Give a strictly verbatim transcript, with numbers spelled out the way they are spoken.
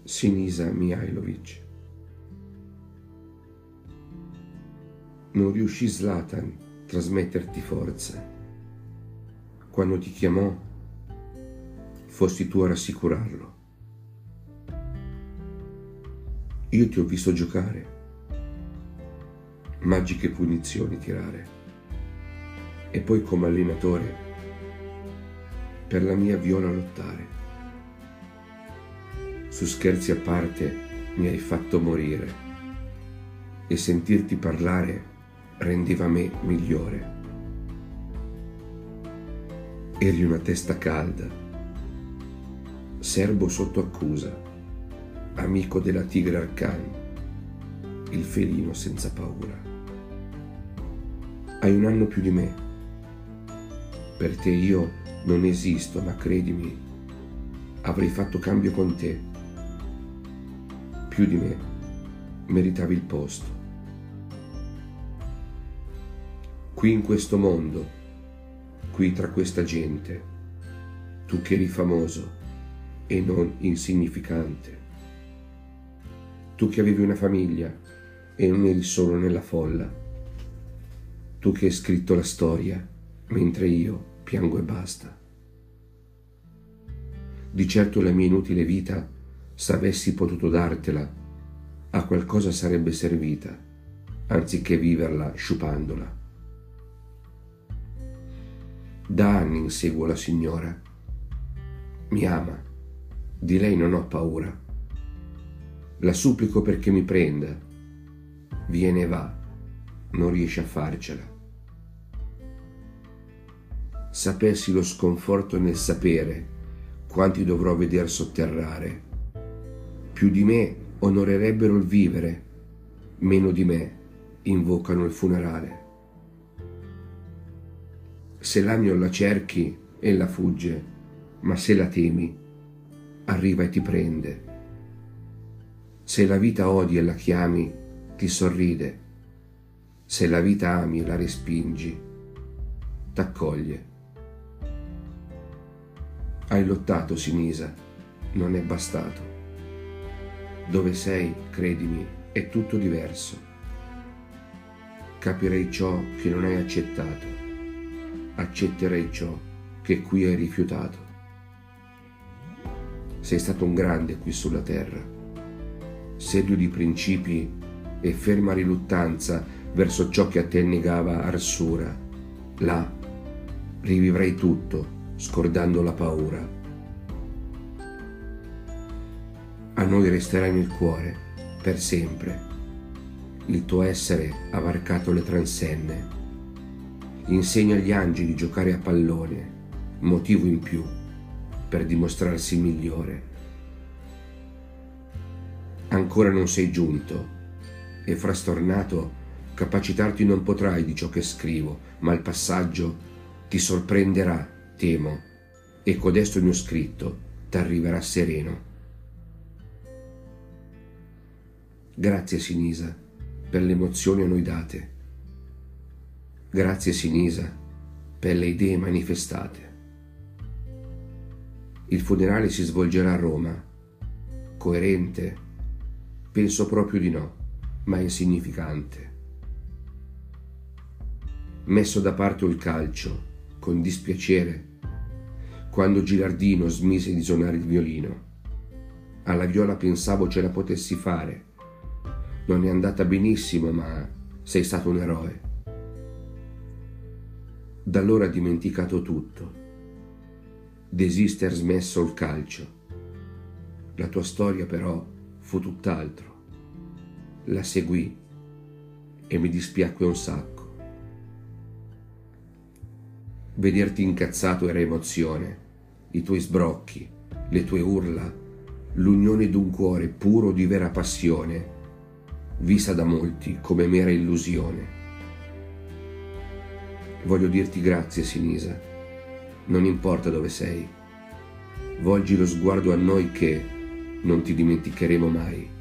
Sinisa Mihajlović. Non riuscì Zlatan a trasmetterti forza. Quando ti chiamò, fossi tu a rassicurarlo. Io ti ho visto giocare, magiche punizioni tirare, e poi come allenatore per la mia Viola lottare. Su scherzi a parte mi hai fatto morire, e sentirti parlare rendeva me migliore. Eri una testa calda, serbo sotto accusa, amico della tigre Arkan, il felino senza paura. Hai un anno più di me, per te io non esisto, ma credimi, avrei fatto cambio con te. Più di me meritavi il posto. Qui in questo mondo, qui tra questa gente, tu che eri famoso e non insignificante, tu che avevi una famiglia e non eri solo nella folla, tu che hai scritto la storia mentre io piango e basta. Di certo la mia inutile vita, se avessi potuto dartela, a qualcosa sarebbe servita, anziché viverla sciupandola. Da anni inseguo la signora. Mi ama, di lei non ho paura. La supplico perché mi prenda. Viene e va, non riesce a farcela. Sapessi lo sconforto nel sapere quanti dovrò veder sotterrare. Più di me onorerebbero il vivere, meno di me invocano il funerale. Se l'ami o la cerchi, ella fugge, ma se la temi, arriva e ti prende. Se la vita odi e la chiami, ti sorride. Se la vita ami e la respingi, t'accoglie. Hai lottato, Sinisa, non è bastato. Dove sei, credimi, è tutto diverso. Capirei ciò che non hai accettato. Accetterei ciò che qui hai rifiutato. Sei stato un grande qui sulla terra, sedio di principi e ferma riluttanza verso ciò che a te negava arsura. Là rivivrei tutto, scordando la paura. A noi resterai nel cuore, per sempre. Il tuo essere ha varcato le transenne. Insegna agli angeli a giocare a pallone, motivo in più per dimostrarsi migliore. Ancora non sei giunto e frastornato capacitarti non potrai di ciò che scrivo, ma il passaggio ti sorprenderà, temo, e codesto mio scritto t'arriverà sereno. Grazie Sinisa per le emozioni a noi date. Grazie Sinisa per le idee manifestate. Il funerale si svolgerà a Roma. Coerente? Penso proprio di no, ma insignificante. Messo da parte il calcio, con dispiacere, quando Gilardino smise di suonare il violino. Alla viola pensavo ce la potessi fare. Non è andata benissimo, ma sei stato un eroe. Da allora ha dimenticato tutto. Desister smesso il calcio. La tua storia però fu tutt'altro. La seguì e mi dispiacque un sacco. Vederti incazzato era emozione, i tuoi sbrocchi, le tue urla, l'unione d'un cuore puro di vera passione, vista da molti come mera illusione. Voglio dirti grazie, Sinisa, non importa dove sei. Volgi lo sguardo a noi che non ti dimenticheremo mai.